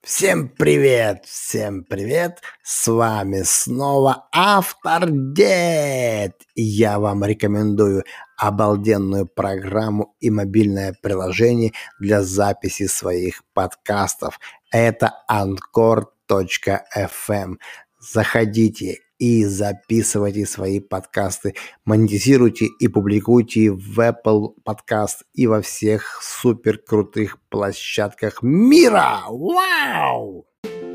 Всем привет, с вами снова Автор Дед. И я вам рекомендую обалденную программу и мобильное приложение для записи своих подкастов. Это Anchor.fm. Заходите и записывайте свои подкасты, монетизируйте и публикуйте в Apple Podcast и во всех супер крутых площадках мира. Вау!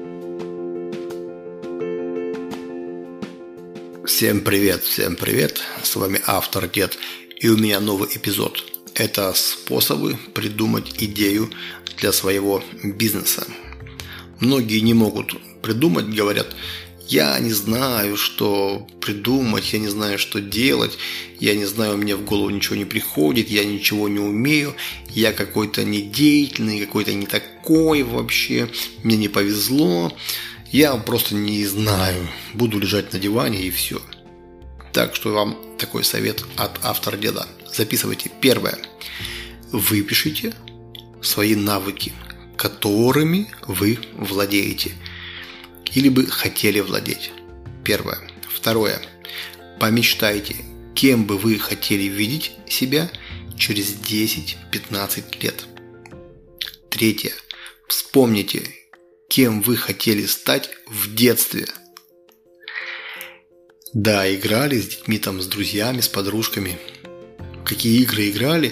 Всем привет, с вами Автор Дед, и у меня новый эпизод. Это способы придумать идею для своего бизнеса. Многие не могут придумать, говорят: я не знаю, что придумать, я не знаю, что делать, я не знаю, мне в голову ничего не приходит, я ничего не умею, я какой-то недеятельный, какой-то не такой вообще, мне не повезло, я просто не знаю, буду лежать на диване и все. Так что вам такой совет от Автора Деда. Записывайте. Первое. Выпишите свои навыки, которыми вы владеете или бы хотели владеть. Первое. Второе. Помечтайте, кем бы вы хотели видеть себя через 10-15 лет. Третье. Вспомните, кем вы хотели стать в детстве. Да, играли с детьми, с друзьями, с подружками. Какие игры играли.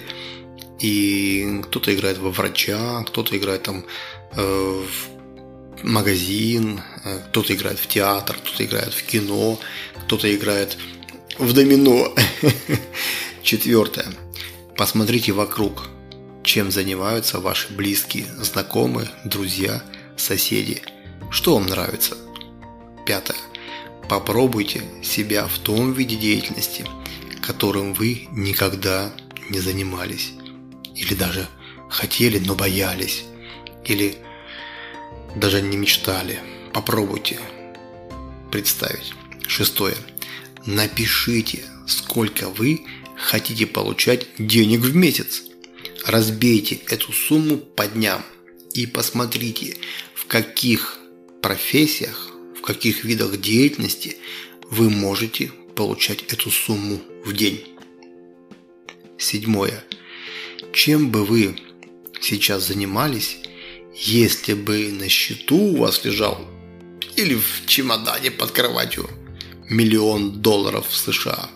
И кто-то играет во врача, кто-то играет в магазин, кто-то играет в театр, кто-то играет в кино, кто-то играет в домино. Четвертое. Посмотрите вокруг, чем занимаются ваши близкие, знакомые, друзья, соседи. Что вам нравится? Пятое. Попробуйте себя в том виде деятельности, которым вы никогда не занимались. Или даже хотели, но боялись. Или даже не мечтали. Попробуйте представить. Шестое. Напишите, сколько вы хотите получать денег в месяц. Разбейте эту сумму по дням и посмотрите, в каких профессиях, в каких видах деятельности вы можете получать эту сумму в день. Седьмое. Чем бы вы сейчас занимались, если бы на счету у вас лежал или в чемодане под кроватью $1 миллион в США?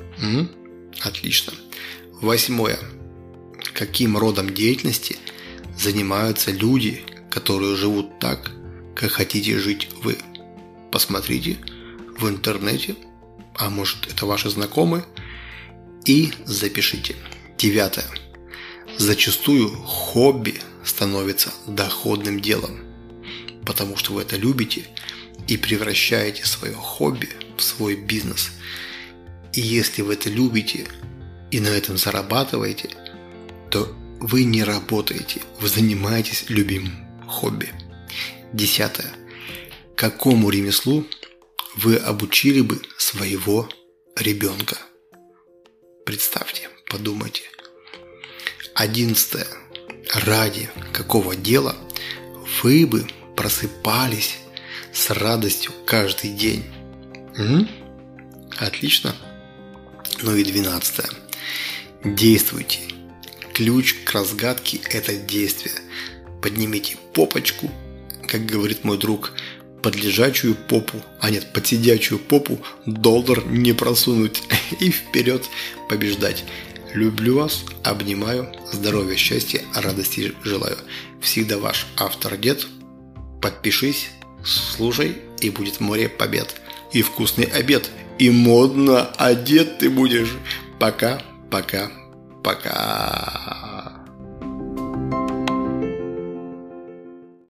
Отлично. Восьмое. Каким родом деятельности занимаются люди, которые живут так, как хотите жить вы? Посмотрите в интернете, а может, это ваши знакомые, и запишите. Девятое. Зачастую хобби становится доходным делом, потому что вы это любите и превращаете свое хобби в свой бизнес. И если вы это любите и на этом зарабатываете, то вы не работаете, вы занимаетесь любимым хобби. Десятое. Какому ремеслу вы обучили бы своего ребенка? Представьте, подумайте. 11. Ради какого дела вы бы просыпались с радостью каждый день? Отлично. Ну и 12. Действуйте. Ключ к разгадке – это действие. Поднимите попочку, как говорит мой друг, под лежачую попу, под сидячую попу $1 не просунуть и вперед побеждать. Люблю вас, обнимаю, здоровья, счастья, радости желаю. Всегда ваш Автор Дед. Подпишись, слушай, и будет море побед. И вкусный обед, и модно одет ты будешь. Пока.